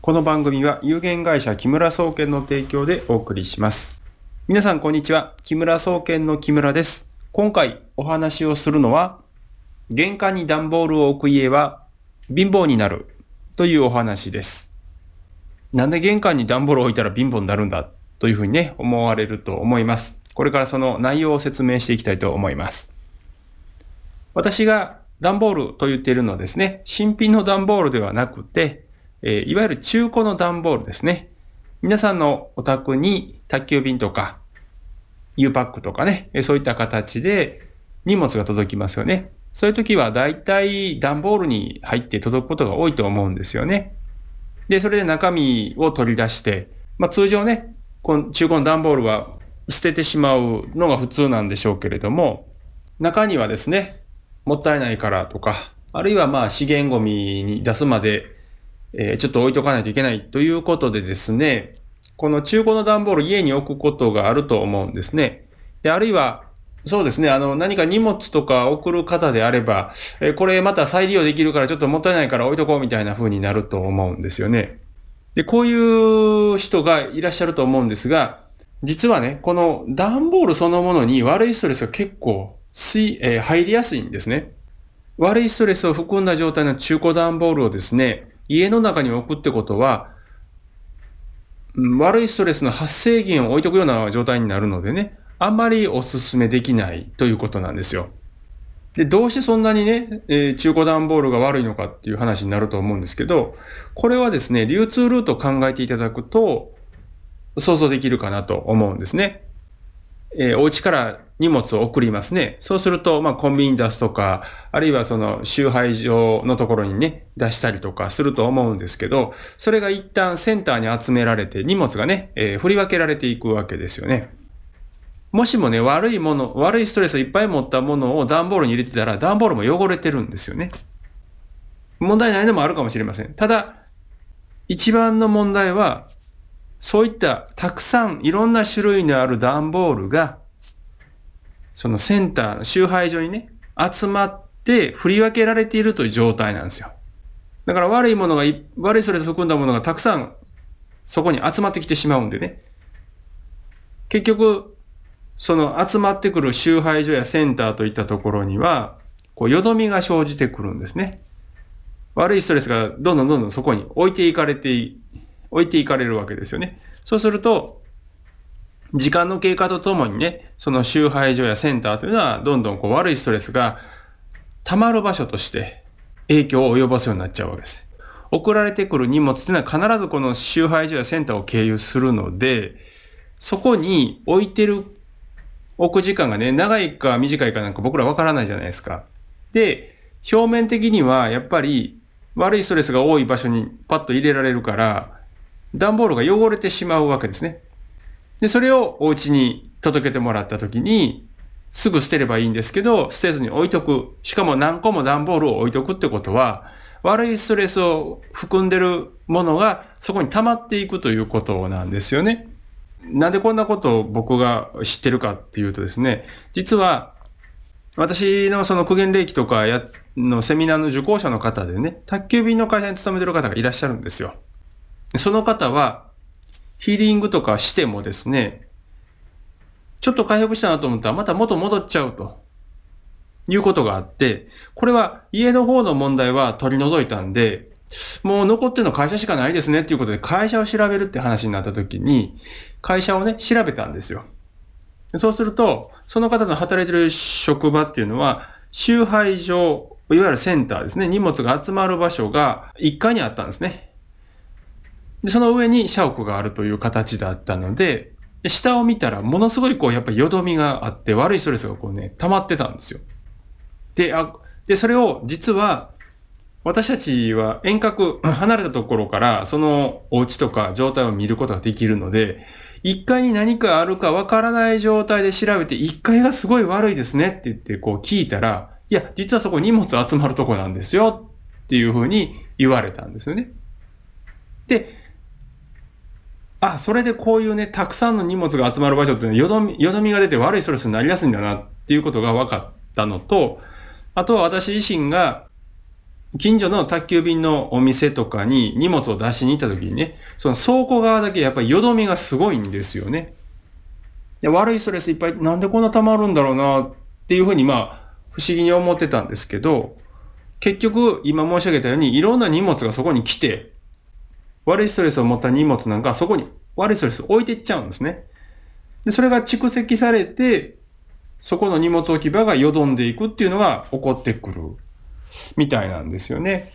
この番組は有限会社木村総研の提供でお送りします。皆さんこんにちは。木村総研の木村です。今回お話をするのは、玄関に段ボールを置く家は貧乏になるというお話です。なんで玄関に段ボールを置いたら貧乏になるんだというふうにね、思われると思います。これからその内容を説明していきたいと思います。私が段ボールと言っているのはですね、新品の段ボールではなくて、いわゆる中古の段ボールですね。皆さんのお宅に宅急便とか U パックとかね、そういった形で荷物が届きますよね。そういう時はだいたい段ボールに入って届くことが多いと思うんですよね。で、それで中身を取り出して、通常ね、この中古の段ボールは捨ててしまうのが普通なんでしょうけれども、中にはですね、もったいないからとか、あるいは資源ゴミに出すまでちょっと置いとかないといけないということでですね、この中古の段ボール家に置くことがあると思うんですね。で、あるいは、そうですね、何か荷物とか送る方であれば、これまた再利用できるからちょっともったいないから置いとこうみたいな風になると思うんですよね。で、こういう人がいらっしゃると思うんですが、実はね、この段ボールそのものに悪いストレスが結構入りやすいんですね。悪いストレスを含んだ状態の中古段ボールをですね、家の中に置くってことは、悪いストレスの発生源を置いとくような状態になるのでね、あんまりお勧めできないということなんですよ。で、どうしてそんなにね、中古段ボールが悪いのかっていう話になると思うんですけど、これはですね、流通ルートを考えていただくと想像できるかなと思うんですね。お家から荷物を送りますね。そうすると、コンビニに出すとか、あるいはその集配所のところにね、出したりとかすると思うんですけど、それが一旦センターに集められて、荷物がね、振り分けられていくわけですよね。もしもね、悪いストレスをいっぱい持ったものを段ボールに入れてたら、段ボールも汚れてるんですよね。問題ないのもあるかもしれません。ただ、一番の問題は、そういったたくさんいろんな種類のある段ボールが、そのセンターの集配所にね、集まって振り分けられているという状態なんですよ。だから悪いストレスを含んだものがたくさんそこに集まってきてしまうんでね。結局、その集まってくる集配所やセンターといったところには、よどみが生じてくるんですね。悪いストレスがどんどんそこに置いていかれるわけですよね。そうすると、時間の経過とともにね、その集配所やセンターというのは、どんどん悪いストレスが溜まる場所として影響を及ぼすようになっちゃうわけです。送られてくる荷物というのは必ずこの集配所やセンターを経由するので、そこに置く時間がね、長いか短いかなんか僕らわからないじゃないですか。で、表面的にはやっぱり悪いストレスが多い場所にパッと入れられるから、段ボールが汚れてしまうわけですね。で、それをお家に届けてもらった時に、すぐ捨てればいいんですけど、捨てずに置いとく。しかも何個も段ボールを置いとくってことは、悪いストレスを含んでるものがそこに溜まっていくということなんですよね。なんでこんなことを僕が知ってるかっていうとですね、実は私のその苦言霊気とかのセミナーの受講者の方でね、宅急便の会社に勤めてる方がいらっしゃるんですよ。その方は、ヒーリングとかしてもですね、ちょっと回復したなと思ったらまた元戻っちゃうということがあって、これは家の方の問題は取り除いたんで、もう残ってるの会社しかないですねっていうことで会社を調べるって話になった時に、会社をね、調べたんですよ。そうすると、その方の働いてる職場っていうのは、集配所、いわゆるセンターですね、荷物が集まる場所が1階にあったんですね。で、その上に社屋があるという形だったので、下を見たらものすごいやっぱりよどみがあって悪いストレスが溜まってたんですよ。で、それを実は私たちは遠隔、離れたところからそのお家とか状態を見ることができるので、1階に何かあるかわからない状態で調べて、1階がすごい悪いですねって言って聞いたら、いや、実はそこ荷物集まるとこなんですよっていうふうに言われたんですよね。で、それでこういうね、たくさんの荷物が集まる場所っていうのはよどみが出て悪いストレスになりやすいんだなっていうことが分かったのと、あとは私自身が近所の宅急便のお店とかに荷物を出しに行った時にね、その倉庫側だけやっぱりよどみがすごいんですよね。で、悪いストレスいっぱい、なんでこんな溜まるんだろうなっていうふうに不思議に思ってたんですけど、結局今申し上げたようにいろんな荷物がそこに来て、悪いストレスを持った荷物なんかそこに悪いストレスを置いていっちゃうんですね。で、それが蓄積されて、そこの荷物置き場がよどんでいくっていうのが起こってくるみたいなんですよね。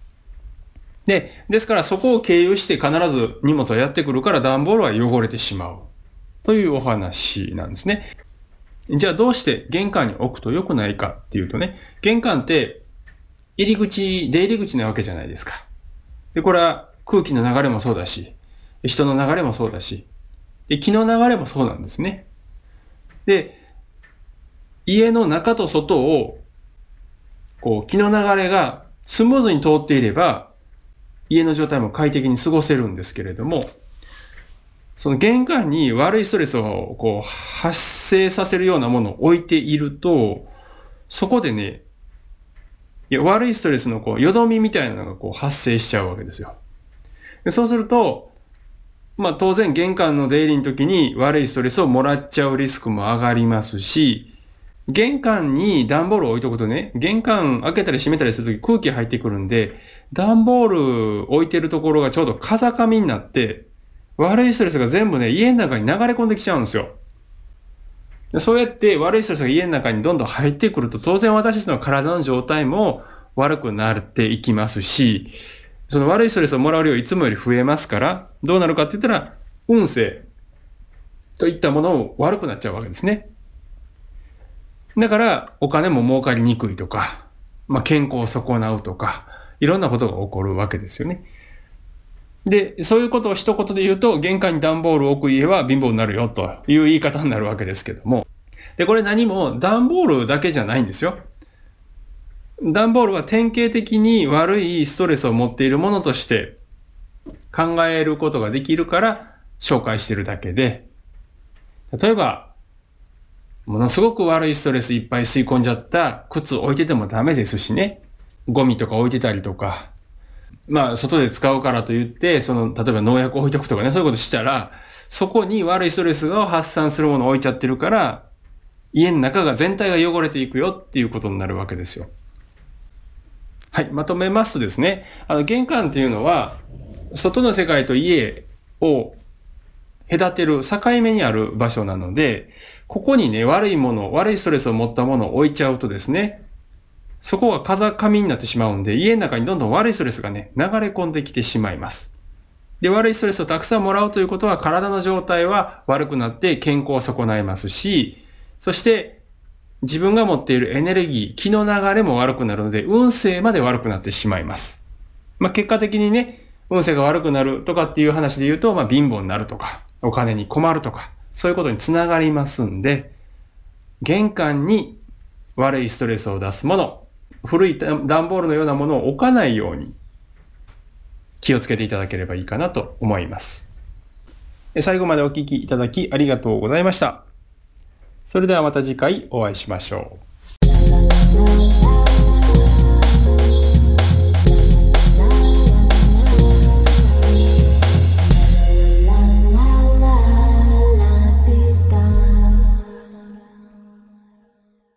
ですからそこを経由して必ず荷物はやってくるから段ボールは汚れてしまうというお話なんですね。じゃあどうして玄関に置くと良くないかっていうとね、玄関って出入り口なわけじゃないですか。で、これは空気の流れもそうだし、人の流れもそうだし、で、気の流れもそうなんですね。で、家の中と外を、気の流れがスムーズに通っていれば、家の状態も快適に過ごせるんですけれども、その玄関に悪いストレスを発生させるようなものを置いていると、そこでね、悪いストレスのよどみみたいなのが発生しちゃうわけですよ。でそうすると、当然玄関の出入りの時に悪いストレスをもらっちゃうリスクも上がりますし、玄関に段ボールを置いとくとね、玄関開けたり閉めたりするとき空気入ってくるんで、段ボール置いてるところがちょうど風上になって、悪いストレスが全部ね、家の中に流れ込んできちゃうんですよ。そうやって悪いストレスが家の中にどんどん入ってくると、当然私たちの体の状態も悪くなっていきますし、その悪いストレスをもらう量いつもより増えますから、どうなるかって言ったら、運勢といったものを悪くなっちゃうわけですね。だから、お金も儲かりにくいとか、健康を損なうとか、いろんなことが起こるわけですよね。で、そういうことを一言で言うと、玄関に段ボールを置く家は貧乏になるよという言い方になるわけですけども。で、これ何も段ボールだけじゃないんですよ。段ボールは典型的に悪いストレスを持っているものとして考えることができるから紹介しているだけで、例えば、ものすごく悪いストレスいっぱい吸い込んじゃった靴置いててもダメですしね。ゴミとか置いてたりとか、外で使うからと言って、例えば農薬置いとくとかね、そういうことしたら、そこに悪いストレスを発散するものを置いちゃってるから、家の中が全体が汚れていくよっていうことになるわけですよ。はい、まとめますとですね、玄関っていうのは、外の世界と家を隔てる境目にある場所なので、ここにね、悪いストレスを持ったものを置いちゃうとですね、そこが風上になってしまうんで、家の中にどんどん悪いストレスがね、流れ込んできてしまいます。で、悪いストレスをたくさんもらうということは、体の状態は悪くなって健康を損ないますし、そして自分が持っているエネルギー、気の流れも悪くなるので、運勢まで悪くなってしまいます。結果的にね、運勢が悪くなるとかっていう話で言うと、貧乏になるとか、お金に困るとか、そういうことにつながりますんで、玄関に悪いストレスを出すもの、古い段ボールのようなものを置かないように気をつけていただければいいかなと思います。最後までお聞きいただきありがとうございました。それではまた次回お会いしましょう。